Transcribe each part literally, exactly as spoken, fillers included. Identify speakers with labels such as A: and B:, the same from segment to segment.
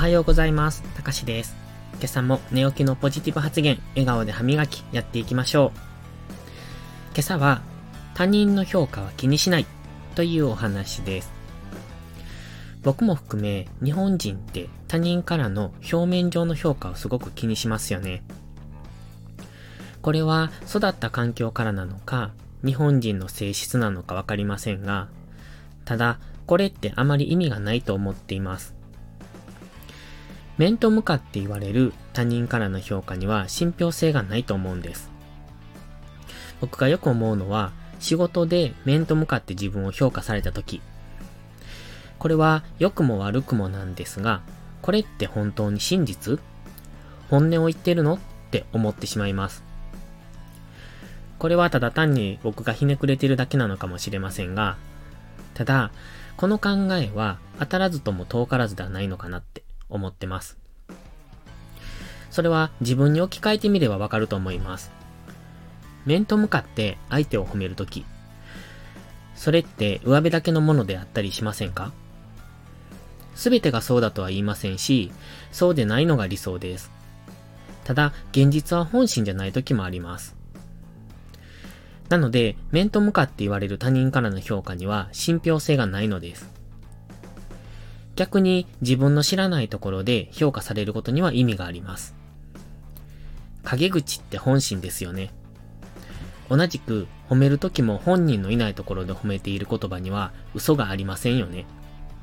A: はようございます。たかしです。今朝も寝起きのポジティブ発言、笑顔で歯磨きやっていきましょう。今朝は他人の評価は気にしないというお話です。僕も含め日本人って他人からの表面上の評価をすごく気にしますよね。これは育った環境からなのか、日本人の性質なのかわかりませんが、ただこれってあまり意味がないと思っています。面と向かって言われる他人からの評価には信憑性がないと思うんです。僕がよく思うのは、仕事で面と向かって自分を評価されたとき、これは良くも悪くもなんですが、これって本当に真実？本音を言ってるの？って思ってしまいます。これはただ単に僕がひねくれているだけなのかもしれませんが、ただ、この考えは当たらずとも遠からずではないのかなって思ってます。それは自分に置き換えてみればわかると思います。面と向かって相手を褒めるとき、それって上辺だけのものであったりしませんか？すべてがそうだとは言いませんし、そうでないのが理想です。ただ、現実は本心じゃないときもあります。なので、面と向かって言われる他人からの評価には信憑性がないのです。逆に自分の知らないところで評価されることには意味があります。陰口って本心ですよね。同じく褒めるときも本人のいないところで褒めている言葉には嘘がありませんよね。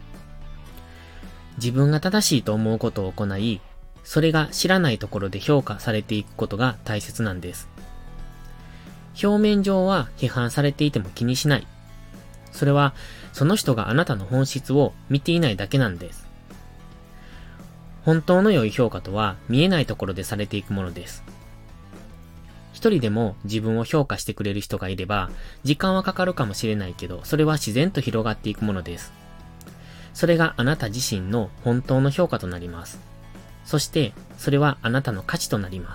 A: 自分が正しいと思うことを行い、それが知らないところで評価されていくことが大切なんです。表面上は批判されていても気にしない。それはその人があなたの本質を見ていないだけなんです。本当の良い評価とは見えないところでされていくものです。一人でも自分を評価してくれる人がいれば、時間はかかるかもしれないけど、それは自然と広がっていくものです。それがあなた自身の本当の評価となります。そして、それはあなたの価値となります。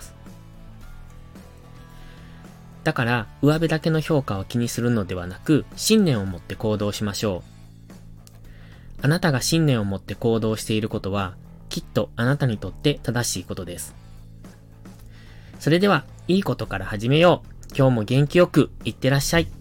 A: だから、上辺だけの評価を気にするのではなく、信念を持って行動しましょう。あなたが信念を持って行動していることは、きっとあなたにとって正しいことです。それでは、いいことから始めよう。今日も元気よくいってらっしゃい。